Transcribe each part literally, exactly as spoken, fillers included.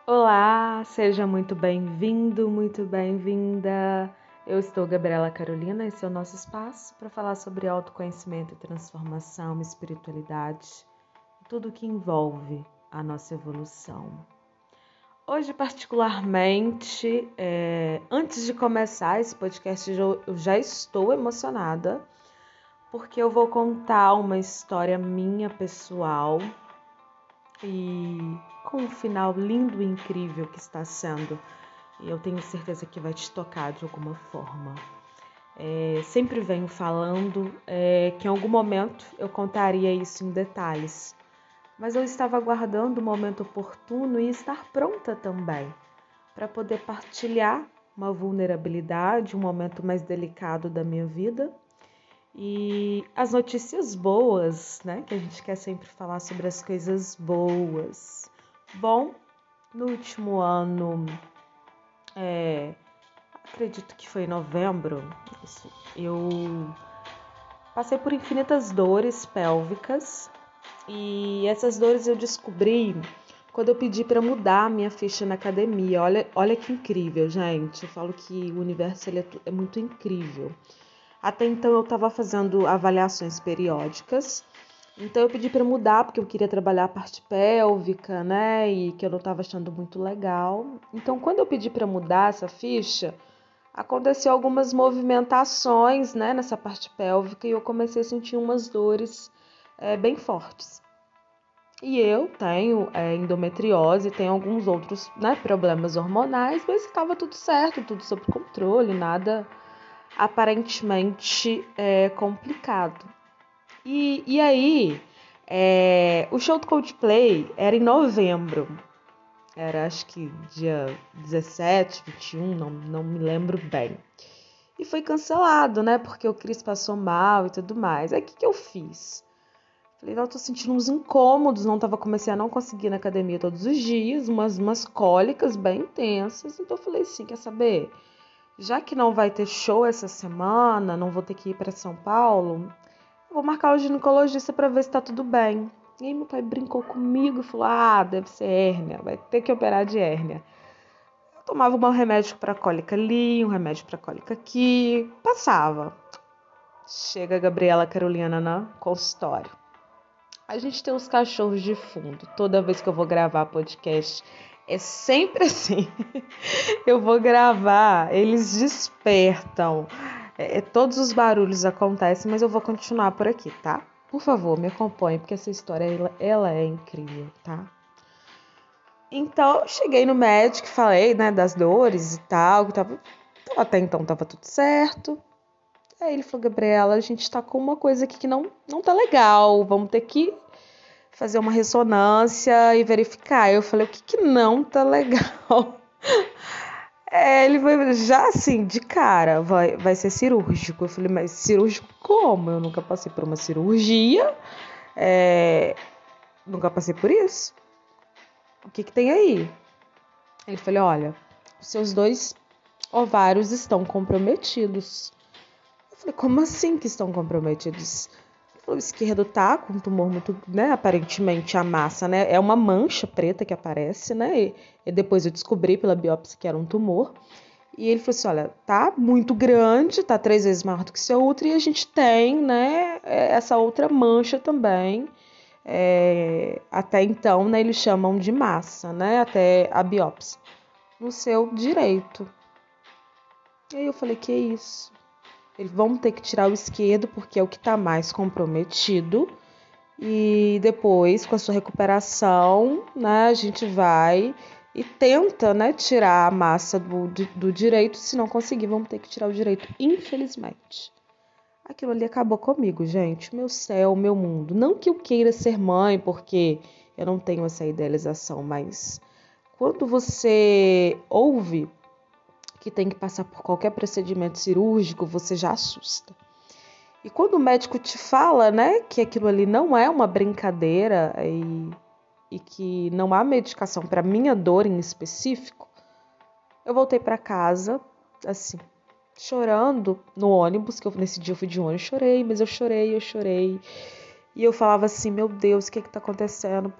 Olá, seja muito bem-vindo, muito bem-vinda. Eu estou Gabriela Carolina, esse é o nosso espaço para falar sobre autoconhecimento, transformação, espiritualidade e tudo o que envolve a nossa evolução. Hoje, particularmente, é, antes de começar esse podcast, eu já estou emocionada porque eu vou contar uma história minha pessoal e com um final lindo e incrível que está sendo. E eu tenho certeza que vai te tocar de alguma forma. É, sempre venho falando é, que em algum momento eu contaria isso em detalhes, mas eu estava aguardando o momento oportuno e estar pronta também para poder partilhar uma vulnerabilidade, um momento mais delicado da minha vida. E as notícias boas, né? Que a gente quer sempre falar sobre as coisas boas. Bom, no último ano, é, acredito que foi em novembro, isso, eu passei por infinitas dores pélvicas e essas dores eu descobri quando eu pedi para mudar a minha ficha na academia. Olha, olha que incrível, gente. Eu falo que o universo ele é, é muito incrível. Até então eu estava fazendo avaliações periódicas, então eu pedi para mudar porque eu queria trabalhar a parte pélvica, né, e que eu não estava achando muito legal. Então quando eu pedi para mudar essa ficha, aconteceu algumas movimentações, né, nessa parte pélvica e eu comecei a sentir umas dores é, bem fortes. E eu tenho é, endometriose, tenho alguns outros, né, problemas hormonais, mas estava tudo certo, tudo sob controle, nada aparentemente é, complicado. E, e aí, é, o show do Coldplay era em novembro. Era acho que dia dezessete, vinte e um, não, não me lembro bem. E foi cancelado, né? Porque o Chris passou mal e tudo mais. Aí o que, que eu fiz? Falei, não, eu tô sentindo uns incômodos, não tava, comecei a não conseguir ir na academia todos os dias, umas, umas cólicas bem intensas. Então eu falei assim, quer saber? Já que não vai ter show essa semana, não vou ter que ir para São Paulo, eu vou marcar o ginecologista para ver se tá tudo bem. E aí meu pai brincou comigo e falou, ah, deve ser hérnia, vai ter que operar de hérnia. Eu tomava um remédio para cólica ali, um remédio para cólica aqui, passava. Chega a Gabriela Carolina no consultório. A gente tem os cachorros de fundo. Toda vez que eu vou gravar podcast, é sempre assim. Eu vou gravar, eles despertam. É, todos os barulhos acontecem, mas eu vou continuar por aqui, tá? Por favor, me acompanhe, porque essa história ela, ela é incrível, tá? Então, eu cheguei no médico, falei, né, das dores e tal, que tava, até então tava tudo certo. Aí ele falou, Gabriela, a gente tá com uma coisa aqui que não, não tá legal, vamos ter que fazer uma ressonância e verificar. Eu falei, o que que não tá legal? É, ele foi já assim, de cara, vai, vai ser cirúrgico. Eu falei, mas cirúrgico como? Eu nunca passei por uma cirurgia, é, nunca passei por isso. O que que tem aí? Ele falou, olha, os seus dois ovários estão comprometidos. Eu falei, como assim que estão comprometidos? Ele falou, o esquerdo tá com um tumor muito, né, aparentemente a massa, né, é uma mancha preta que aparece, né, e, e depois eu descobri pela biópsia que era um tumor. E ele falou assim, olha, tá muito grande, tá três vezes maior do que seu útero e a gente tem, né, essa outra mancha também. É, até então, né, eles chamam de massa, né, até a biópsia, no seu direito. E aí eu falei, que isso? Eles vão ter que tirar o esquerdo porque é o que está mais comprometido. E depois, com a sua recuperação, né, a gente vai e tenta, né, tirar a massa do, do direito. Se não conseguir, vamos ter que tirar o direito, infelizmente. Aquilo ali acabou comigo, gente. Meu céu, meu mundo. Não que eu queira ser mãe, porque eu não tenho essa idealização, mas quando você ouve que tem que passar por qualquer procedimento cirúrgico, você já assusta. E quando o médico te fala, né, que aquilo ali não é uma brincadeira e, e que não há medicação para minha dor em específico, eu voltei para casa, assim, chorando no ônibus, que eu, nesse dia eu fui de ônibus, chorei, mas eu chorei, eu chorei. E eu falava assim, meu Deus, o que que tá acontecendo?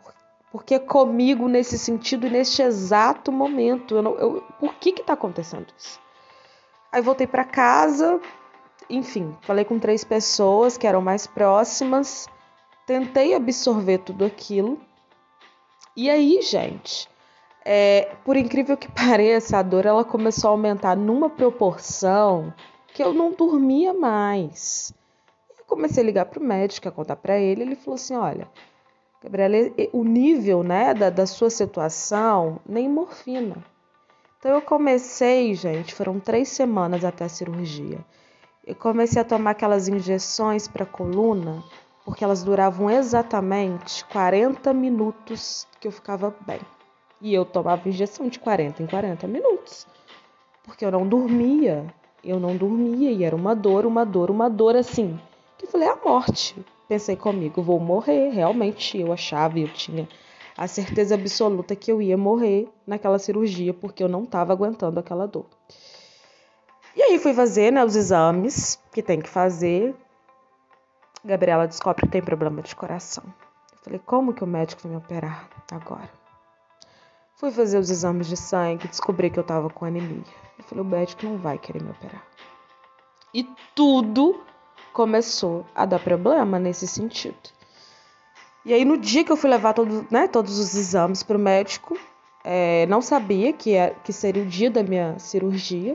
Porque comigo nesse sentido e neste exato momento, eu não, eu, por que que tá acontecendo isso? Aí voltei para casa, enfim, falei com três pessoas que eram mais próximas, tentei absorver tudo aquilo. E aí, gente, é, por incrível que pareça, a dor ela começou a aumentar numa proporção que eu não dormia mais. Eu comecei a ligar pro médico, a contar para ele, ele falou assim, olha, Gabriela, o nível, né, da, da sua situação, nem morfina. Então eu comecei, gente, foram três semanas até a cirurgia. Eu comecei a tomar aquelas injeções para coluna, porque elas duravam exatamente quarenta minutos que eu ficava bem. E eu tomava injeção de quarenta em quarenta minutos, porque eu não dormia, eu não dormia e era uma dor, uma dor, uma dor assim, que eu falei, a morte. Pensei comigo, vou morrer, realmente eu achava, eu tinha a certeza absoluta que eu ia morrer naquela cirurgia, porque eu não estava aguentando aquela dor. E aí fui fazer, né, os exames que tem que fazer. Gabriela descobre que tem problema de coração. Eu falei, como que o médico vai me operar agora? Fui fazer os exames de sangue, descobri que eu tava com anemia. Eu falei, o médico não vai querer me operar. E tudo começou a dar problema nesse sentido. E aí no dia que eu fui levar todo, né, todos os exames pro médico, é, não sabia que, é, que seria o dia da minha cirurgia.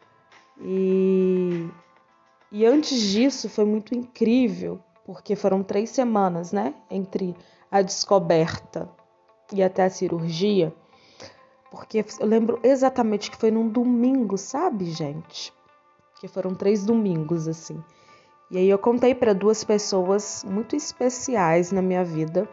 E, e antes disso foi muito incrível, porque foram três semanas, né, entre a descoberta e até a cirurgia. Porque eu lembro exatamente que foi num domingo, sabe, gente? Que foram três domingos, assim. E aí eu contei para duas pessoas muito especiais na minha vida.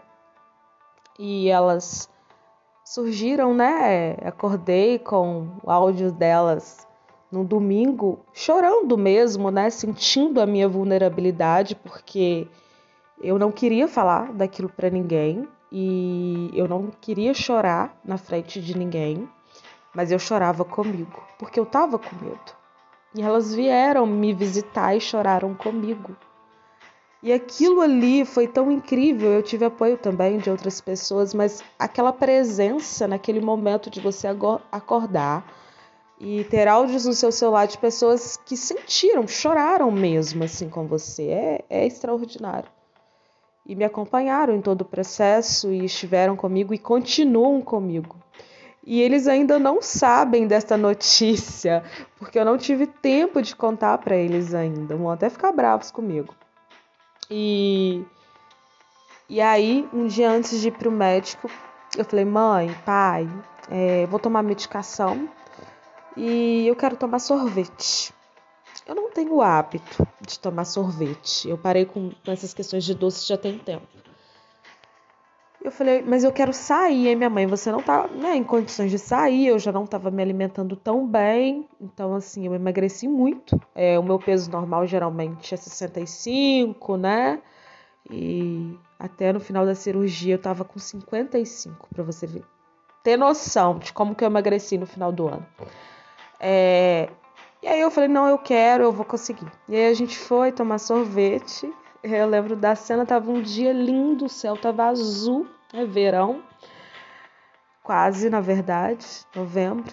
E elas surgiram, né? Acordei com o áudio delas no domingo, chorando mesmo, né? Sentindo a minha vulnerabilidade, porque eu não queria falar daquilo para ninguém. E eu não queria chorar na frente de ninguém. Mas eu chorava comigo, porque eu tava com medo. E elas vieram me visitar e choraram comigo. E aquilo ali foi tão incrível, eu tive apoio também de outras pessoas, mas aquela presença naquele momento de você acordar e ter áudios no seu celular de pessoas que sentiram, choraram mesmo assim com você, é, é extraordinário. E me acompanharam em todo o processo e estiveram comigo e continuam comigo. E eles ainda não sabem desta notícia, porque eu não tive tempo de contar para eles ainda. Vão até ficar bravos comigo. E, e aí, um dia antes de ir pro médico, eu falei, mãe, pai, é, vou tomar medicação e eu quero tomar sorvete. Eu não tenho o hábito de tomar sorvete. Eu parei com, com essas questões de doce já tem tempo. Eu falei, mas eu quero sair, hein, minha mãe? Você não tá, né, em condições de sair, eu já não estava me alimentando tão bem. Então, assim, eu emagreci muito. É, o meu peso normal geralmente é sessenta e cinco, né? E até no final da cirurgia eu tava com cinquenta e cinco, pra você ver. Ter noção de como que eu emagreci no final do ano. É, e aí eu falei, não, eu quero, eu vou conseguir. E aí a gente foi tomar sorvete. Eu lembro da cena, tava um dia lindo, o céu tava azul, é verão, quase na verdade, novembro.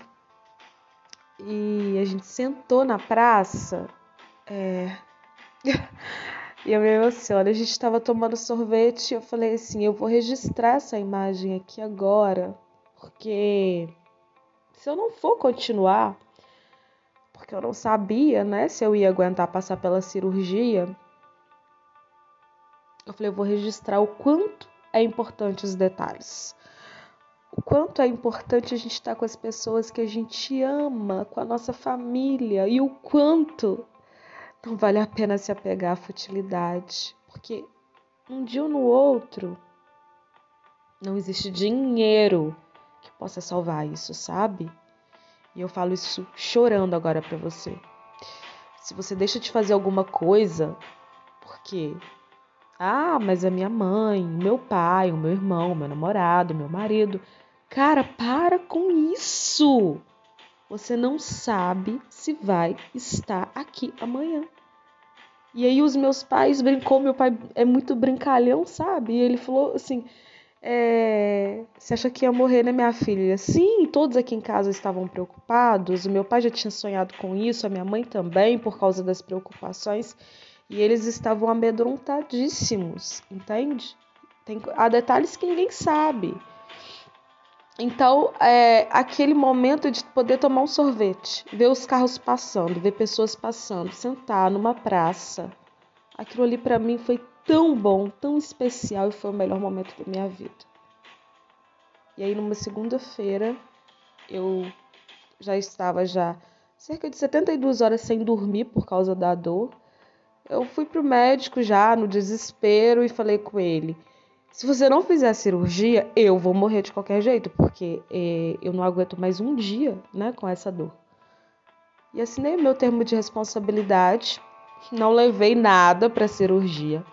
E a gente sentou na praça, é... e eu me emociono, a gente tava tomando sorvete e eu falei assim, eu vou registrar essa imagem aqui agora, porque se eu não for continuar, porque eu não sabia, né, se eu ia aguentar passar pela cirurgia, eu falei, eu vou registrar o quanto é importante os detalhes. O quanto é importante a gente estar com as pessoas que a gente ama, com a nossa família. E o quanto não vale a pena se apegar à futilidade. Porque um dia ou no outro, não existe dinheiro que possa salvar isso, sabe? E eu falo isso chorando agora pra você. Se você deixa de fazer alguma coisa, porque... Ah, mas a minha mãe, o meu pai, o meu irmão, o meu namorado, o meu marido. Cara, para com isso! Você não sabe se vai estar aqui amanhã. E aí os meus pais brincou, meu pai é muito brincalhão, sabe? E ele falou assim, É, você acha que ia morrer, né, minha filha? Sim, todos aqui em casa estavam preocupados. O meu pai já tinha sonhado com isso, a minha mãe também, por causa das preocupações. E eles estavam amedrontadíssimos, entende? Tem, há detalhes que ninguém sabe. Então, é, aquele momento de poder tomar um sorvete, ver os carros passando, ver pessoas passando, sentar numa praça, aquilo ali pra mim foi tão bom, tão especial e foi o melhor momento da minha vida. E aí, numa segunda-feira, eu já estava já cerca de setenta e duas horas sem dormir por causa da dor. Eu fui pro médico já no desespero e falei com ele: se você não fizer a cirurgia, eu vou morrer de qualquer jeito, porque eh, eu não aguento mais um dia, né, com essa dor. E assinei o meu termo de responsabilidade, não levei nada para a cirurgia.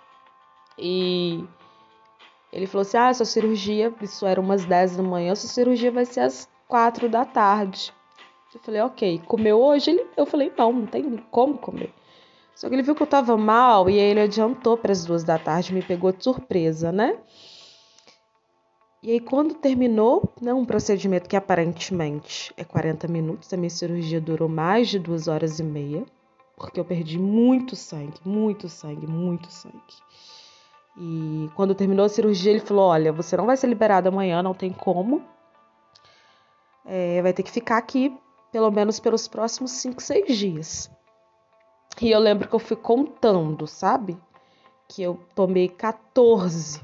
E ele falou assim: ah, sua cirurgia, isso era umas dez da manhã, sua cirurgia vai ser às quatro da tarde. Eu falei: ok, comeu hoje? Ele, eu falei: não, não tem como comer. Só que ele viu que eu tava mal e aí ele adiantou para as duas da tarde, me pegou de surpresa, né? E aí quando terminou, né, um procedimento que aparentemente é quarenta minutos, a minha cirurgia durou mais de duas horas e meia, porque eu perdi muito sangue, muito sangue, muito sangue. E quando terminou a cirurgia, ele falou: olha, você não vai ser liberada amanhã, não tem como. É, vai ter que ficar aqui pelo menos pelos próximos cinco, seis dias. E eu lembro que eu fui contando, sabe? Que eu tomei quatorze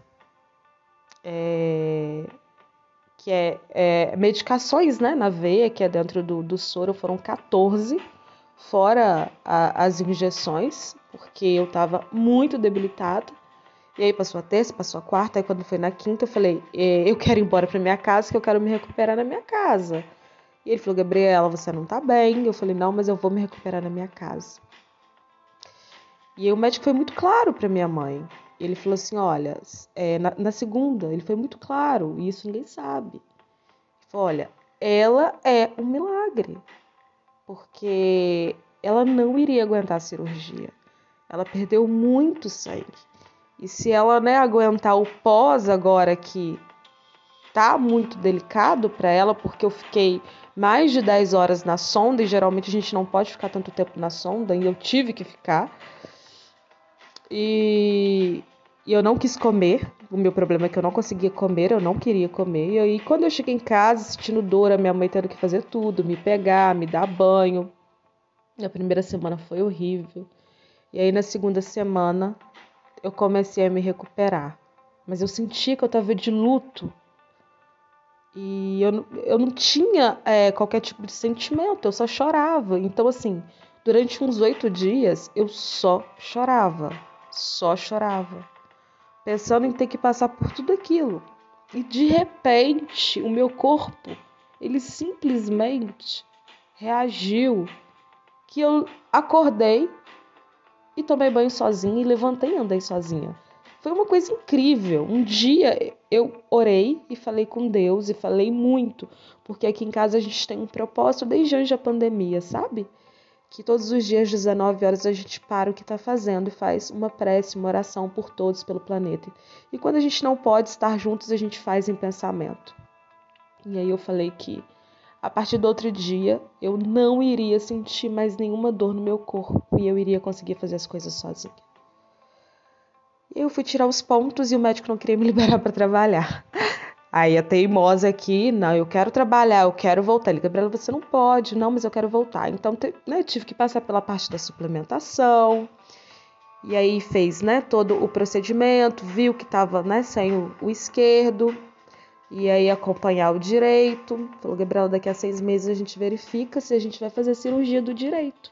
é, que é, é, medicações, né, na veia, que é dentro do, do soro, foram quatorze, fora a, as injeções, porque eu tava muito debilitada. E aí passou a terça, passou a quarta, aí quando foi na quinta eu falei: é, eu quero ir embora pra minha casa, que eu quero me recuperar na minha casa. E ele falou: Gabriela, você não tá bem. Eu falei: não, mas eu vou me recuperar na minha casa. E aí o médico foi muito claro para minha mãe. Ele falou assim: olha, é, na, na segunda, ele foi muito claro, e isso ninguém sabe. Ele falou: olha, ela é um milagre, porque ela não iria aguentar a cirurgia. Ela perdeu muito sangue. E se ela, né, aguentar o pós agora, que tá muito delicado para ela, porque eu fiquei mais de dez horas na sonda, e geralmente a gente não pode ficar tanto tempo na sonda, e eu tive que ficar. E, e eu não quis comer. O meu problema é que eu não conseguia comer, eu não queria comer. E aí, quando eu cheguei em casa, sentindo dor, a minha mãe tendo que fazer tudo, me pegar, me dar banho. A primeira semana foi horrível. E aí, na segunda semana, eu comecei a me recuperar. Mas eu sentia que eu estava de luto. E eu, eu não tinha é, qualquer tipo de sentimento, eu só chorava. Então, assim, durante uns oito dias, eu só chorava. Só chorava, pensando em ter que passar por tudo aquilo. E de repente, o meu corpo, ele simplesmente reagiu, que eu acordei e tomei banho sozinha e levantei e andei sozinha. Foi uma coisa incrível. Um dia eu orei e falei com Deus e falei muito, porque aqui em casa a gente tem um propósito desde antes da pandemia, sabe? Que todos os dias, às dezenove horas, a gente para o que está fazendo e faz uma prece, uma oração por todos, pelo planeta. E quando a gente não pode estar juntos, a gente faz em pensamento. E aí eu falei que, a partir do outro dia, eu não iria sentir mais nenhuma dor no meu corpo e eu iria conseguir fazer as coisas sozinha. Eu fui tirar os pontos e o médico não queria me liberar para trabalhar. Aí a teimosa aqui: não, eu quero trabalhar, eu quero voltar. Ele: Gabriela, você não pode. Não, mas eu quero voltar. Então, né, eu tive que passar pela parte da suplementação. E aí fez, né, todo o procedimento, viu que estava, né, sem o, o esquerdo. E aí acompanhar o direito. Falou: Gabriela, daqui a seis meses a gente verifica se a gente vai fazer a cirurgia do direito.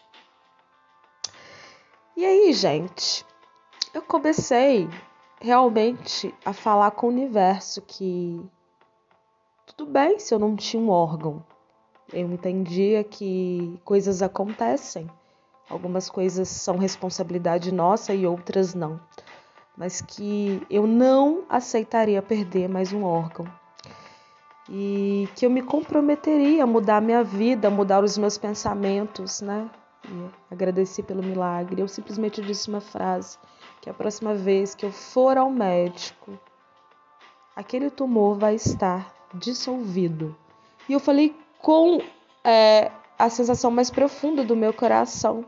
E aí, gente, eu comecei realmente a falar com o universo que tudo bem se eu não tinha um órgão. Eu entendia que coisas acontecem. Algumas coisas são responsabilidade nossa e outras não. Mas que eu não aceitaria perder mais um órgão. E que eu me comprometeria a mudar a minha vida, a mudar os meus pensamentos, né? E agradeci pelo milagre. Eu simplesmente disse uma frase: que a próxima vez que eu for ao médico, aquele tumor vai estar dissolvido. E eu falei com é, a sensação mais profunda do meu coração.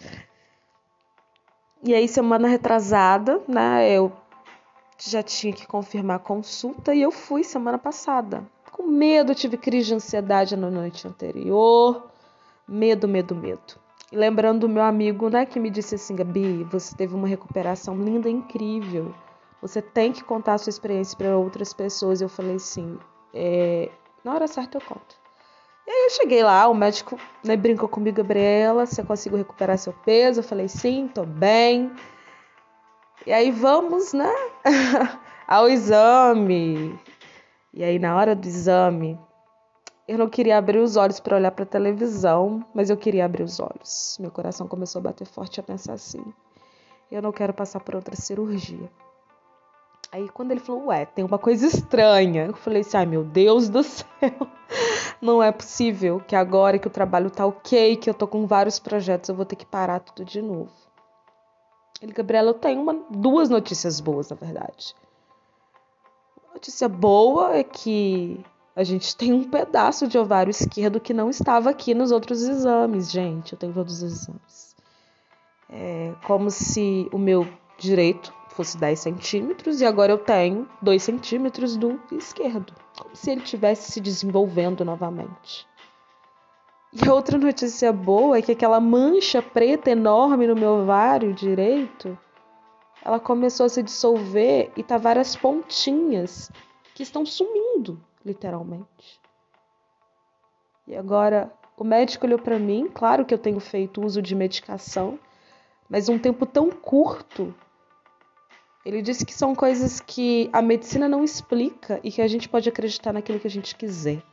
E aí, semana retrasada, né, eu já tinha que confirmar a consulta e eu fui semana passada. Com medo, tive crise de ansiedade na noite anterior. Medo, medo, medo. E lembrando do meu amigo, né, que me disse assim: Gabi, você teve uma recuperação linda e incrível. Você tem que contar a sua experiência para outras pessoas. Eu falei assim, é, na hora certa eu conto. E aí eu cheguei lá, o médico, né, brincou comigo: Gabriela, você conseguiu recuperar seu peso? Eu falei, sim, tô bem. E aí vamos, né, ao exame. E aí na hora do exame, eu não queria abrir os olhos para olhar para a televisão, mas eu queria abrir os olhos. Meu coração começou a bater forte a pensar assim: eu não quero passar por outra cirurgia. Aí quando ele falou, ué, tem uma coisa estranha, eu falei assim, ai meu Deus do céu, não é possível que agora que o trabalho tá ok, que eu tô com vários projetos, eu vou ter que parar tudo de novo. Ele, Gabriela, eu tenho uma, duas notícias boas, na verdade. A notícia boa é que a gente tem um pedaço de ovário esquerdo que não estava aqui nos outros exames, gente. Eu tenho todos os exames. É como se o meu direito fosse dez centímetros e agora eu tenho dois centímetros do esquerdo. Como se ele estivesse se desenvolvendo novamente. E a outra notícia boa é que aquela mancha preta enorme no meu ovário direito, ela começou a se dissolver e tá várias pontinhas que estão sumindo, literalmente. E agora o médico olhou para mim, claro que eu tenho feito uso de medicação, mas um tempo tão curto. Ele disse que são coisas que a medicina não explica e que a gente pode acreditar naquilo que a gente quiser.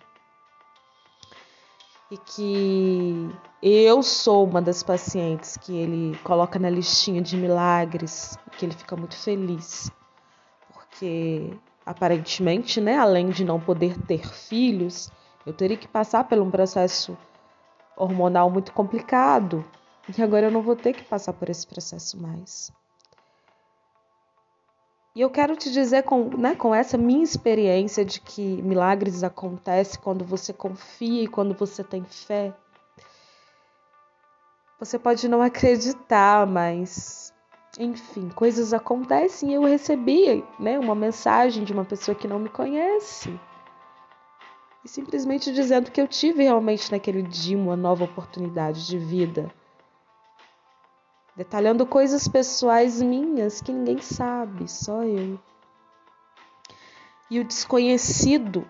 E que eu sou uma das pacientes que ele coloca na listinha de milagres, que ele fica muito feliz. Porque, aparentemente, né, além de não poder ter filhos, eu teria que passar por um processo hormonal muito complicado. E agora eu não vou ter que passar por esse processo mais. E eu quero te dizer com, né, com essa minha experiência de que milagres acontecem quando você confia e quando você tem fé. Você pode não acreditar, mas, enfim, coisas acontecem e eu recebi, né, uma mensagem de uma pessoa que não me conhece. E simplesmente dizendo que eu tive realmente naquele dia uma nova oportunidade de vida. Detalhando coisas pessoais minhas que ninguém sabe, só eu. E o desconhecido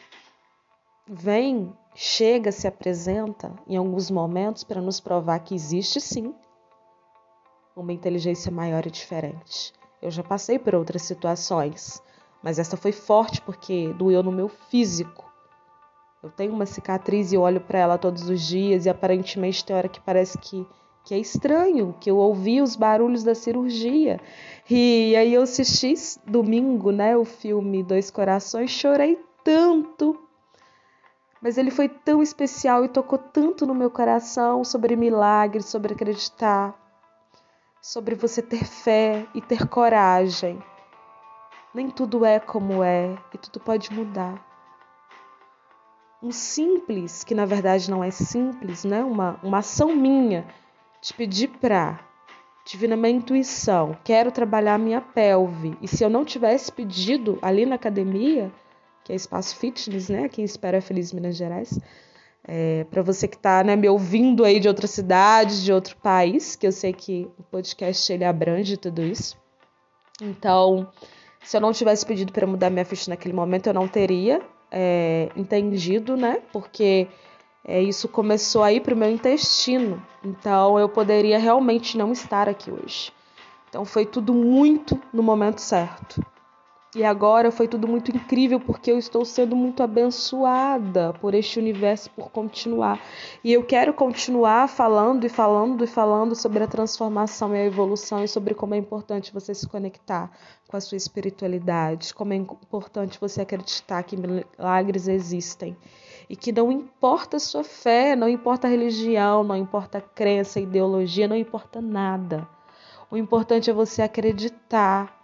vem, chega, se apresenta em alguns momentos para nos provar que existe sim uma inteligência maior e diferente. Eu já passei por outras situações, mas essa foi forte porque doeu no meu físico. Eu tenho uma cicatriz e eu olho para ela todos os dias e aparentemente tem hora que parece que, que é estranho, que eu ouvi os barulhos da cirurgia. E aí eu assisti domingo, né, o filme Dois Corações, chorei tanto. Mas ele foi tão especial e tocou tanto no meu coração sobre milagres, sobre acreditar, sobre você ter fé e ter coragem. Nem tudo é como é e tudo pode mudar. Um simples, que na verdade não é simples, né? Uma, uma ação minha, de pedir pra, tive na minha intuição, quero trabalhar a minha pelve. E se eu não tivesse pedido ali na academia, que é Espaço Fitness, né? Quem espera é Feliz Minas Gerais. É, para você que está, né, me ouvindo aí de outra cidade, de outro país, que eu sei que o podcast ele abrange tudo isso. Então, se eu não tivesse pedido para mudar minha ficha naquele momento, eu não teria é, entendido, né? Porque é, isso começou a ir para o meu intestino. Então, eu poderia realmente não estar aqui hoje. Então, foi tudo muito no momento certo. E agora foi tudo muito incrível porque eu estou sendo muito abençoada por este universo, por continuar. E eu quero continuar falando e falando e falando sobre a transformação e a evolução e sobre como é importante você se conectar com a sua espiritualidade, como é importante você acreditar que milagres existem. E que não importa a sua fé, não importa a religião, não importa a crença, a ideologia, não importa nada. O importante é você acreditar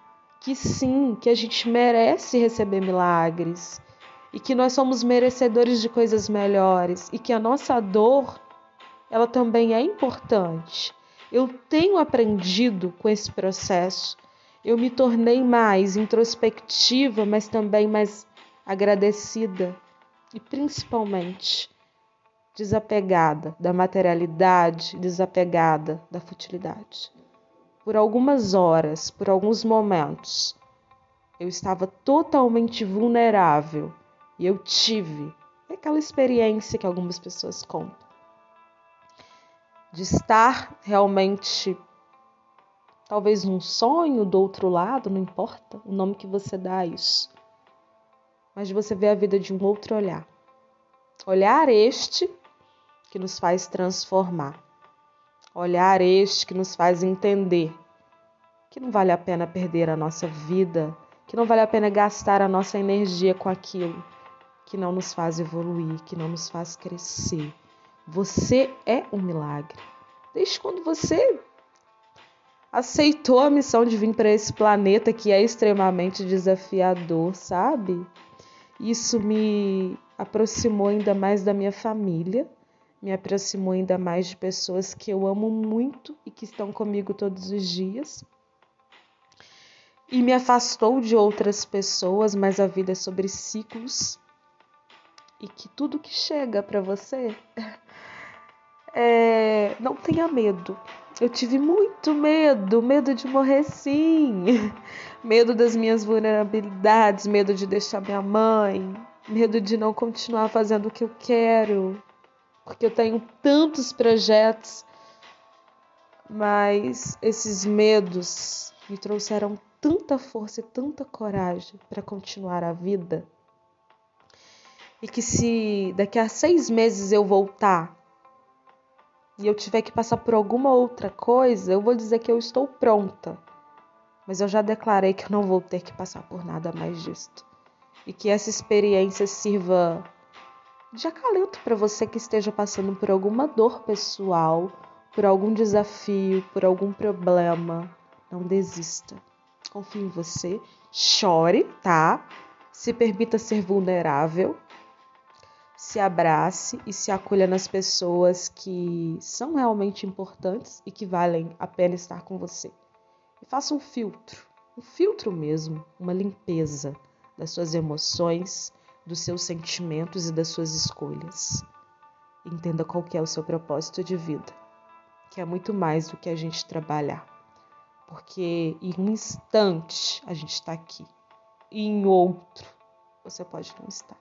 que sim, que a gente merece receber milagres e que nós somos merecedores de coisas melhores e que a nossa dor, ela também é importante. Eu tenho aprendido com esse processo. Eu me tornei mais introspectiva, mas também mais agradecida e principalmente desapegada da materialidade, desapegada da futilidade. Por algumas horas, por alguns momentos, eu estava totalmente vulnerável e eu tive aquela experiência que algumas pessoas contam, de estar realmente, talvez num sonho do outro lado, não importa o nome que você dá a isso, mas de você ver a vida de um outro olhar. Olhar este que nos faz transformar. Olhar este que nos faz entender que não vale a pena perder a nossa vida, que não vale a pena gastar a nossa energia com aquilo que não nos faz evoluir, que não nos faz crescer. Você é um milagre. Desde quando você aceitou a missão de vir para esse planeta que é extremamente desafiador, sabe? Isso me aproximou ainda mais da minha família, me aproximou ainda mais de pessoas que eu amo muito e que estão comigo todos os dias. E me afastou de outras pessoas, mas a vida é sobre ciclos. E que tudo que chega para você, é... não tenha medo. Eu tive muito medo, medo de morrer sim. Medo das minhas vulnerabilidades, medo de deixar minha mãe, medo de não continuar fazendo o que eu quero. Porque eu tenho tantos projetos, mas esses medos me trouxeram tanta força e tanta coragem para continuar a vida. E que se daqui a seis meses eu voltar e eu tiver que passar por alguma outra coisa, eu vou dizer que eu estou pronta. Mas eu já declarei que eu não vou ter que passar por nada mais disto. E que essa experiência sirva de acalento para você que esteja passando por alguma dor pessoal, por algum desafio, por algum problema. Não desista. Confie em você. Chore, tá? Se permita ser vulnerável. Se abrace e se acolha nas pessoas que são realmente importantes e que valem a pena estar com você. E faça um filtro, um filtro mesmo, uma limpeza das suas emoções, dos seus sentimentos e das suas escolhas. Entenda qual que é o seu propósito de vida, que é muito mais do que a gente trabalhar. Porque em um instante a gente está aqui, e em outro você pode não estar.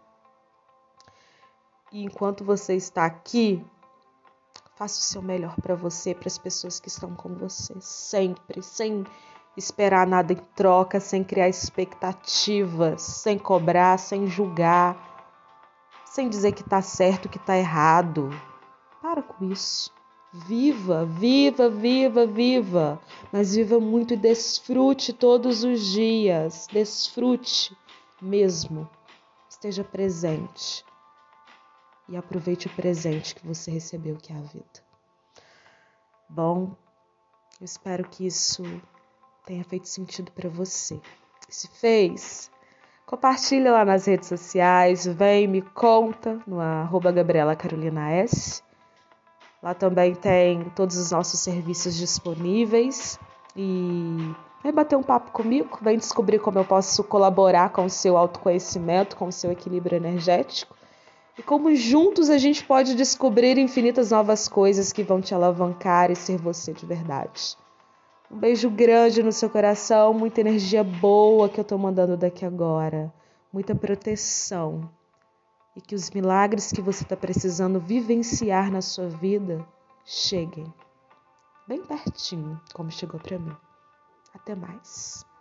E enquanto você está aqui, faça o seu melhor para você, para as pessoas que estão com você, sempre, sem esperar nada em troca, sem criar expectativas, sem cobrar, sem julgar, sem dizer que está certo, que está errado. Para com isso. Viva, viva, viva, viva. Mas viva muito e desfrute todos os dias. Desfrute mesmo. Esteja presente. E aproveite o presente que você recebeu, que é a vida. Bom, eu espero que isso tenha feito sentido para você. Se fez, compartilha lá nas redes sociais, vem, me conta no arroba Gabriela Carolina S. Lá também tem todos os nossos serviços disponíveis. E vem bater um papo comigo, vem descobrir como eu posso colaborar com o seu autoconhecimento, com o seu equilíbrio energético. E como juntos a gente pode descobrir infinitas novas coisas que vão te alavancar e ser você de verdade. Um beijo grande no seu coração, muita energia boa que eu tô mandando daqui agora. Muita proteção. E que os milagres que você está precisando vivenciar na sua vida cheguem bem pertinho, como chegou para mim. Até mais.